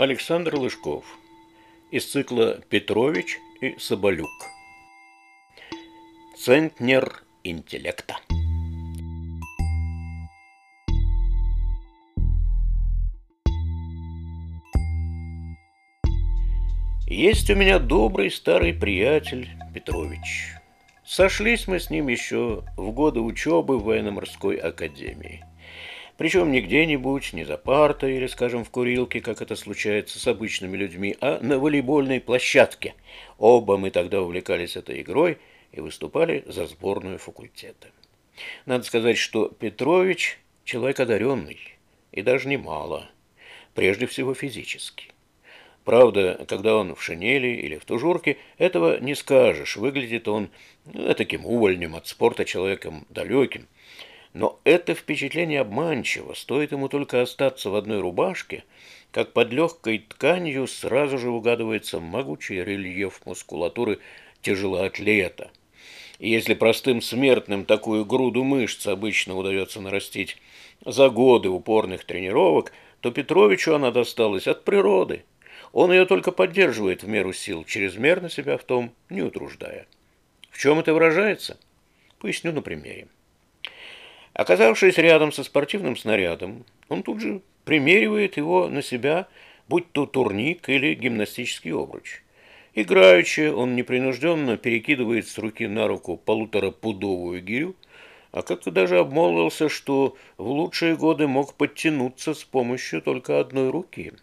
Александр Лыжков из цикла «Петрович и Соболюк». Центнер интеллекта. Есть у меня добрый старый приятель Петрович. Сошлись мы с ним еще в годы учебы в военно-морской академии. Причем не где-нибудь, не за партой или, скажем, в курилке, как это случается с обычными людьми, а на волейбольной площадке. Оба мы тогда увлекались этой игрой и выступали за сборную факультета. Надо сказать, что Петрович человек одаренный, и даже немало, прежде всего физически. Правда, когда он в шинели или в тужурке, этого не скажешь, выглядит он таким увольнем от спорта человеком далеким. Но это впечатление обманчиво, стоит ему только остаться в одной рубашке, как под легкой тканью сразу же угадывается могучий рельеф мускулатуры тяжелоатлета. И если простым смертным такую груду мышц обычно удается нарастить за годы упорных тренировок, то Петровичу она досталась от природы. Он ее только поддерживает в меру сил, чрезмерно себя в том не утруждая. В чем это выражается? Поясню на примере. Оказавшись рядом со спортивным снарядом, он тут же примеривает его на себя, будь то турник или гимнастический обруч. Играючи, он непринужденно перекидывает с руки на руку полуторапудовую гирю, а как-то даже обмолвился, что в лучшие годы мог подтянуться с помощью только одной руки.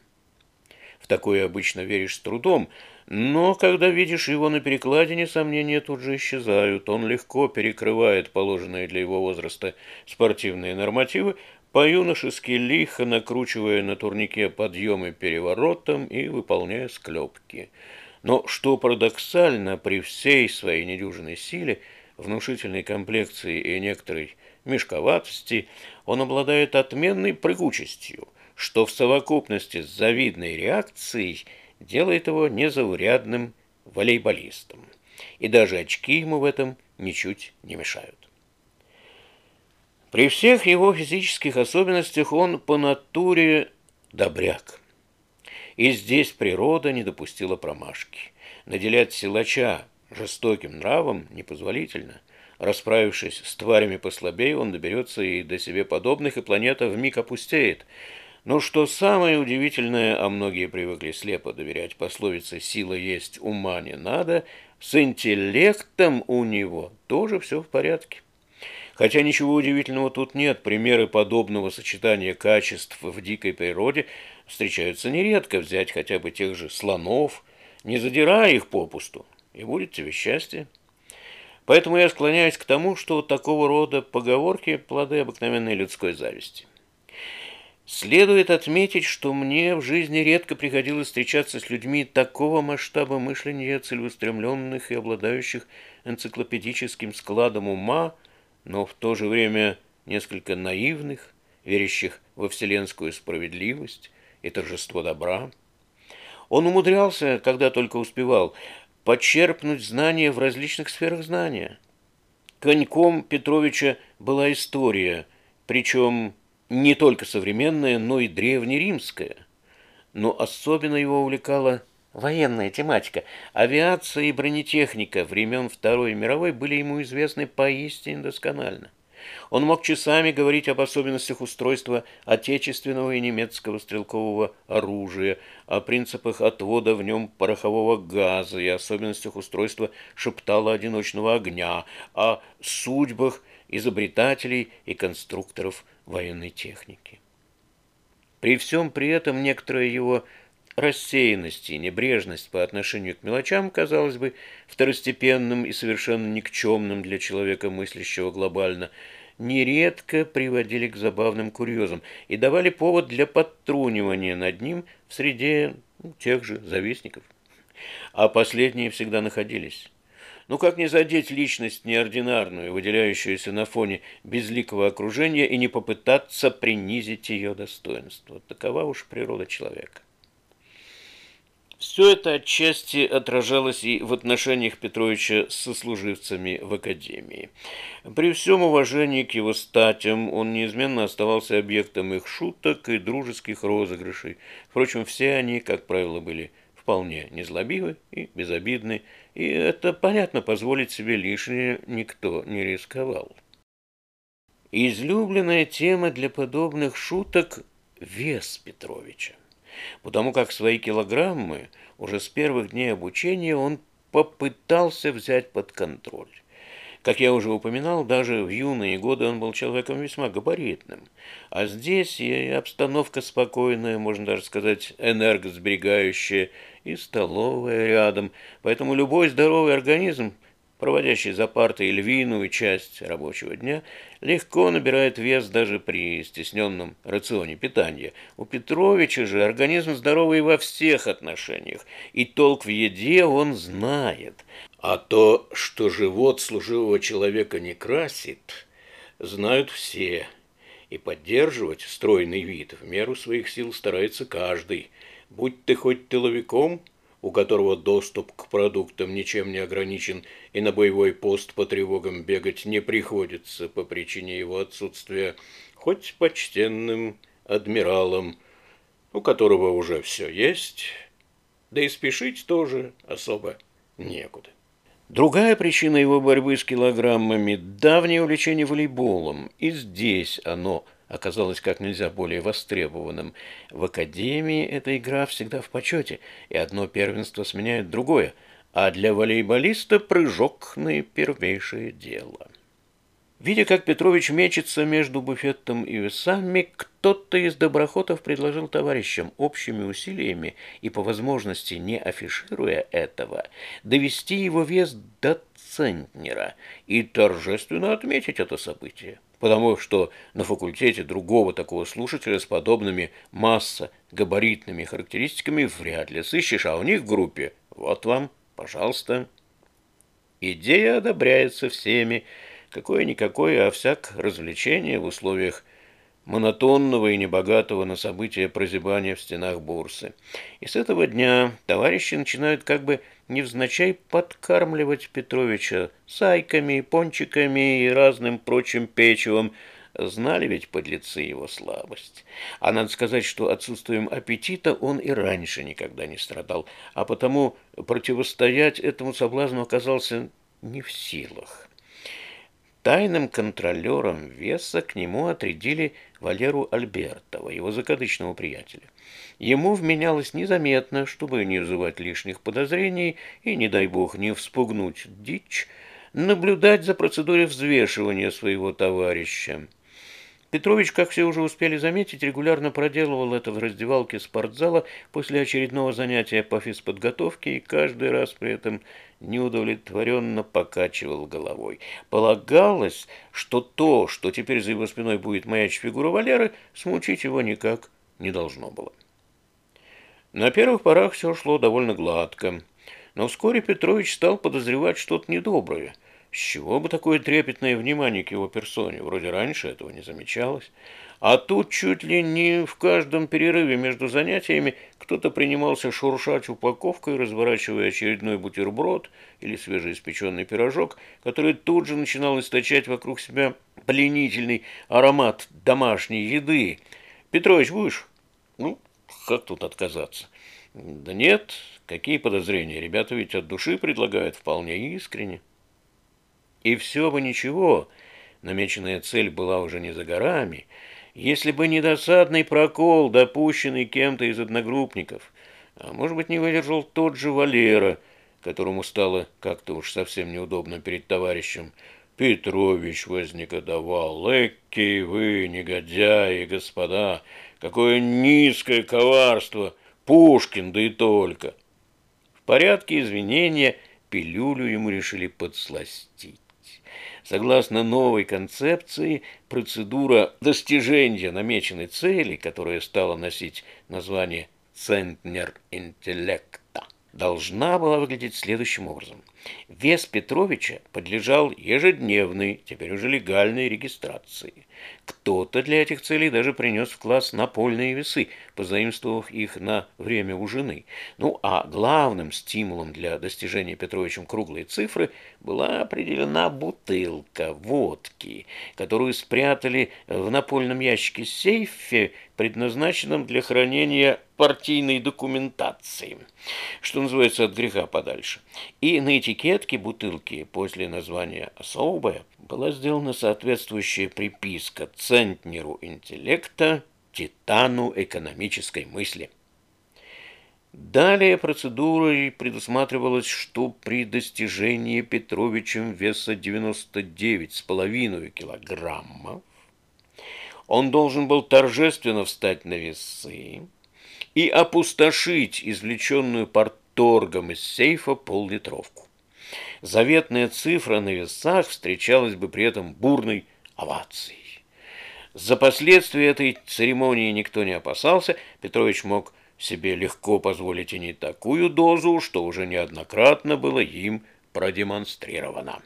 В такое обычно веришь с трудом, но когда видишь его на перекладине, сомнения тут же исчезают. Он легко перекрывает положенные для его возраста спортивные нормативы, по-юношески лихо накручивая на турнике подъемы переворотом и выполняя склепки. Но, что парадоксально, при всей своей недюжинной силе, внушительной комплекции и некоторой мешковатости, он обладает отменной прыгучестью, что в совокупности с завидной реакцией делает его незаурядным волейболистом. И даже очки ему в этом ничуть не мешают. При всех его физических особенностях он по натуре добряк. И здесь природа не допустила промашки. Наделять силача жестоким нравом непозволительно. Расправившись с тварями послабее, он доберется и до себе подобных, и планета вмиг опустеет. Но что самое удивительное, а многие привыкли слепо доверять пословице «сила есть, ума не надо», с интеллектом у него тоже все в порядке. Хотя ничего удивительного тут нет, примеры подобного сочетания качеств в дикой природе встречаются нередко. Взять хотя бы тех же слонов, не задирая их попусту, и будет тебе счастье. Поэтому я склоняюсь к тому, что такого рода поговорки – плоды обыкновенной людской зависти. Следует отметить, что мне в жизни редко приходилось встречаться с людьми такого масштаба мышления, целеустремленных и обладающих энциклопедическим складом ума, но в то же время несколько наивных, верящих во вселенскую справедливость и торжество добра. Он умудрялся, когда только успевал, почерпнуть знания в различных сферах знания. Коньком Петровича была история, причем не только современная, но и древнеримская. Но особенно его увлекала военная тематика. Авиация и бронетехника времен Второй мировой были ему известны поистине досконально. Он мог часами говорить об особенностях устройства отечественного и немецкого стрелкового оружия, о принципах отвода в нем порохового газа и особенностях устройства шептала одиночного огня, о судьбах изобретателей и конструкторов военной техники. При всем при этом некоторая его рассеянность и небрежность по отношению к мелочам, казалось бы, второстепенным и совершенно никчемным для человека, мыслящего глобально, нередко приводили к забавным курьезам и давали повод для подтрунивания над ним в среде тех же завистников. А последние всегда находились. Ну как не задеть личность неординарную, выделяющуюся на фоне безликого окружения, и не попытаться принизить ее достоинство? Такова уж природа человека. Все это отчасти отражалось и в отношениях Петровича с сослуживцами в академии. При всем уважении к его статям он неизменно оставался объектом их шуток и дружеских розыгрышей. Впрочем, все они, как правило, были вполне незлобивы и безобидны, и это, понятно, позволить себе лишнее никто не рисковал. Излюбленная тема для подобных шуток – вес Петровича. Потому как свои килограммы уже с первых дней обучения он попытался взять под контроль. Как я уже упоминал, даже в юные годы он был человеком весьма габаритным. А здесь и обстановка спокойная, можно даже сказать, энергосберегающая, и столовая рядом. Поэтому любой здоровый организм, проводящий за партой львиную часть рабочего дня, легко набирает вес даже при стесненном рационе питания. У Петровича же организм здоровый во всех отношениях, и толк в еде он знает. А то, что живот служивого человека не красит, знают все, и поддерживать стройный вид в меру своих сил старается каждый, будь ты хоть тыловиком, у которого доступ к продуктам ничем не ограничен, и на боевой пост по тревогам бегать не приходится по причине его отсутствия, хоть почтенным адмиралом, у которого уже все есть, да и спешить тоже особо некуда. Другая причина его борьбы с килограммами – давнее увлечение волейболом, и здесь оно оказалось как нельзя более востребованным. В академии эта игра всегда в почете, и одно первенство сменяет другое, а для волейболиста прыжок наипервейшее дело. Видя, как Петрович мечется между буфетом и весами, кто-то из доброхотов предложил товарищам общими усилиями и по возможности не афишируя этого, довести его вес до центнера и торжественно отметить это событие. Потому что на факультете другого такого слушателя с подобными массо-габаритными характеристиками вряд ли сыщешь, а у них в группе вот вам, пожалуйста. Идея одобряется всеми, какое-никакое, а всяк развлечение в условиях монотонного и небогатого на события прозябания в стенах бурсы. И с этого дня товарищи начинают как бы невзначай подкармливать Петровича сайками, пончиками и разным прочим печивом. Знали ведь подлецы его слабость. А надо сказать, что отсутствием аппетита он и раньше никогда не страдал, а потому противостоять этому соблазну оказался не в силах. Тайным контролером веса к нему отрядили Валеру Альбертова, его закадычного приятеля. Ему вменялось незаметно, чтобы не вызывать лишних подозрений и, не дай бог, не вспугнуть дичь, наблюдать за процедурой взвешивания своего товарища. Петрович, как все уже успели заметить, регулярно проделывал это в раздевалке спортзала после очередного занятия по физподготовке и каждый раз при этом неудовлетворенно покачивал головой. Полагалось, что то, что теперь за его спиной будет маячить фигура Валеры, смутить его никак не должно было. На первых порах все шло довольно гладко, но вскоре Петрович стал подозревать что-то недоброе. С чего бы такое трепетное внимание к его персоне? Вроде раньше этого не замечалось. А тут чуть ли не в каждом перерыве между занятиями кто-то принимался шуршать упаковкой, разворачивая очередной бутерброд или свежеиспеченный пирожок, который тут же начинал источать вокруг себя пленительный аромат домашней еды. «Петрович, будешь?» «Ну, как тут отказаться?» «Да нет, какие подозрения? Ребята ведь от души предлагают вполне искренне». И все бы ничего, намеченная цель была уже не за горами, если бы не досадный прокол, допущенный кем-то из одногруппников, а может быть не выдержал тот же Валера, которому стало как-то уж совсем неудобно перед товарищем. Петрович вознегодовал: «Эки вы, негодяи, господа, какое низкое коварство! Пушкин, да и только!» В порядке извинения пилюлю ему решили подсластить. Согласно новой концепции, процедура достижения намеченной цели, которая стала носить название «центнер интеллекта», должна была выглядеть следующим образом. Вес Петровича подлежал ежедневной, теперь уже легальной регистрации. Кто-то для этих целей даже принес в класс напольные весы, позаимствовав их на время у жены. Ну а главным стимулом для достижения Петровичем круглой цифры была определена бутылка водки, которую спрятали в напольном ящике сейфе, предназначенном для хранения партийной документации, что называется, от греха подальше. И на этикетке бутылки после названия «Особая» была сделана соответствующая приписка центнеру интеллекта, титану экономической мысли. Далее процедурой предусматривалось, что при достижении Петровичем веса 99,5 килограммов он должен был торжественно встать на весы и опустошить извлеченную парторгом из сейфа пол-литровку. Заветная цифра на весах встречалась бы при этом бурной овацией. За последствия этой церемонии никто не опасался, Петрович мог себе легко позволить и не такую дозу, что уже неоднократно было им продемонстрировано.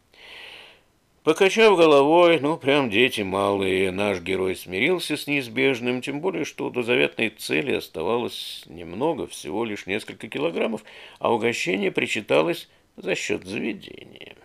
Покачав головой, прям дети малые, наш герой смирился с неизбежным, тем более, что до заветной цели оставалось немного, всего лишь несколько килограммов, а угощение причиталось за счет заведения.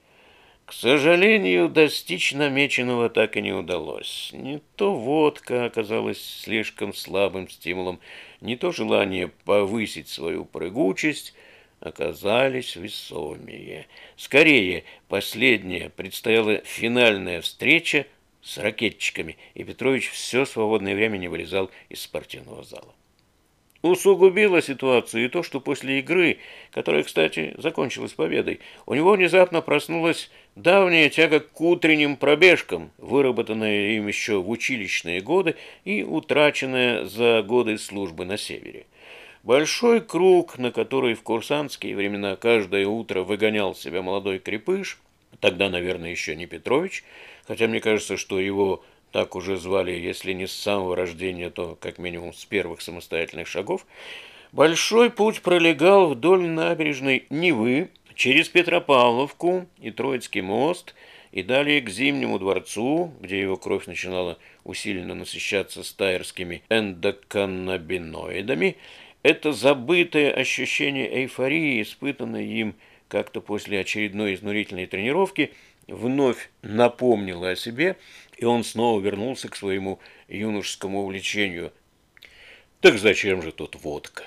К сожалению, достичь намеченного так и не удалось. Не то водка оказалась слишком слабым стимулом, не то желание повысить свою прыгучесть оказались весомее. Скорее, последняя предстояла финальная встреча с ракетчиками, и Петрович все свободное время не вылезал из спортивного зала. Усугубило ситуацию и то, что после игры, которая, кстати, закончилась победой, у него внезапно проснулась давняя тяга к утренним пробежкам, выработанная им еще в училищные годы и утраченная за годы службы на севере. Большой круг, на который в курсантские времена каждое утро выгонял себя молодой крепыш, тогда, наверное, еще не Петрович, хотя мне кажется, что его так уже звали, если не с самого рождения, то как минимум с первых самостоятельных шагов, большой путь пролегал вдоль набережной Невы, через Петропавловку и Троицкий мост, и далее к Зимнему дворцу, где его кровь начинала усиленно насыщаться стайерскими эндоканнабиноидами. Это забытое ощущение эйфории, испытанное им как-то после очередной изнурительной тренировки, вновь напомнило о себе, и он снова вернулся к своему юношескому увлечению. Так зачем же тут водка?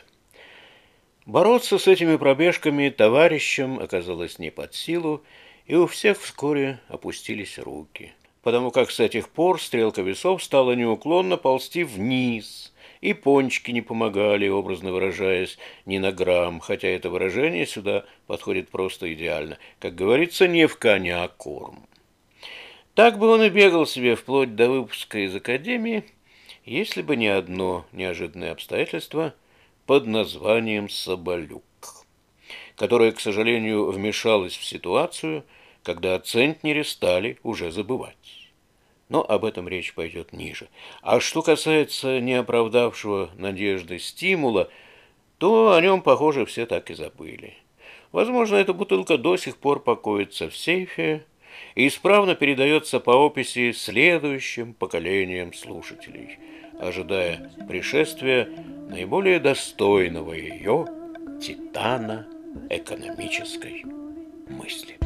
Бороться с этими пробежками товарищам оказалось не под силу, и у всех вскоре опустились руки, потому как с этих пор стрелка весов стала неуклонно ползти вниз, и пончики не помогали, образно выражаясь, ни на грамм, хотя это выражение сюда подходит просто идеально. Как говорится, не в коня, а корм. Так бы он и бегал себе вплоть до выпуска из академии, если бы не одно неожиданное обстоятельство под названием Соболюк, которое, к сожалению, вмешалось в ситуацию, когда о центнере стали уже забывать. Но об этом речь пойдет ниже. А что касается неоправдавшего надежды стимула, то о нем, похоже, все так и забыли. Возможно, эта бутылка до сих пор покоится в сейфе и исправно передается по описи следующим поколениям слушателей, ожидая пришествия наиболее достойного ее титана экономической мысли.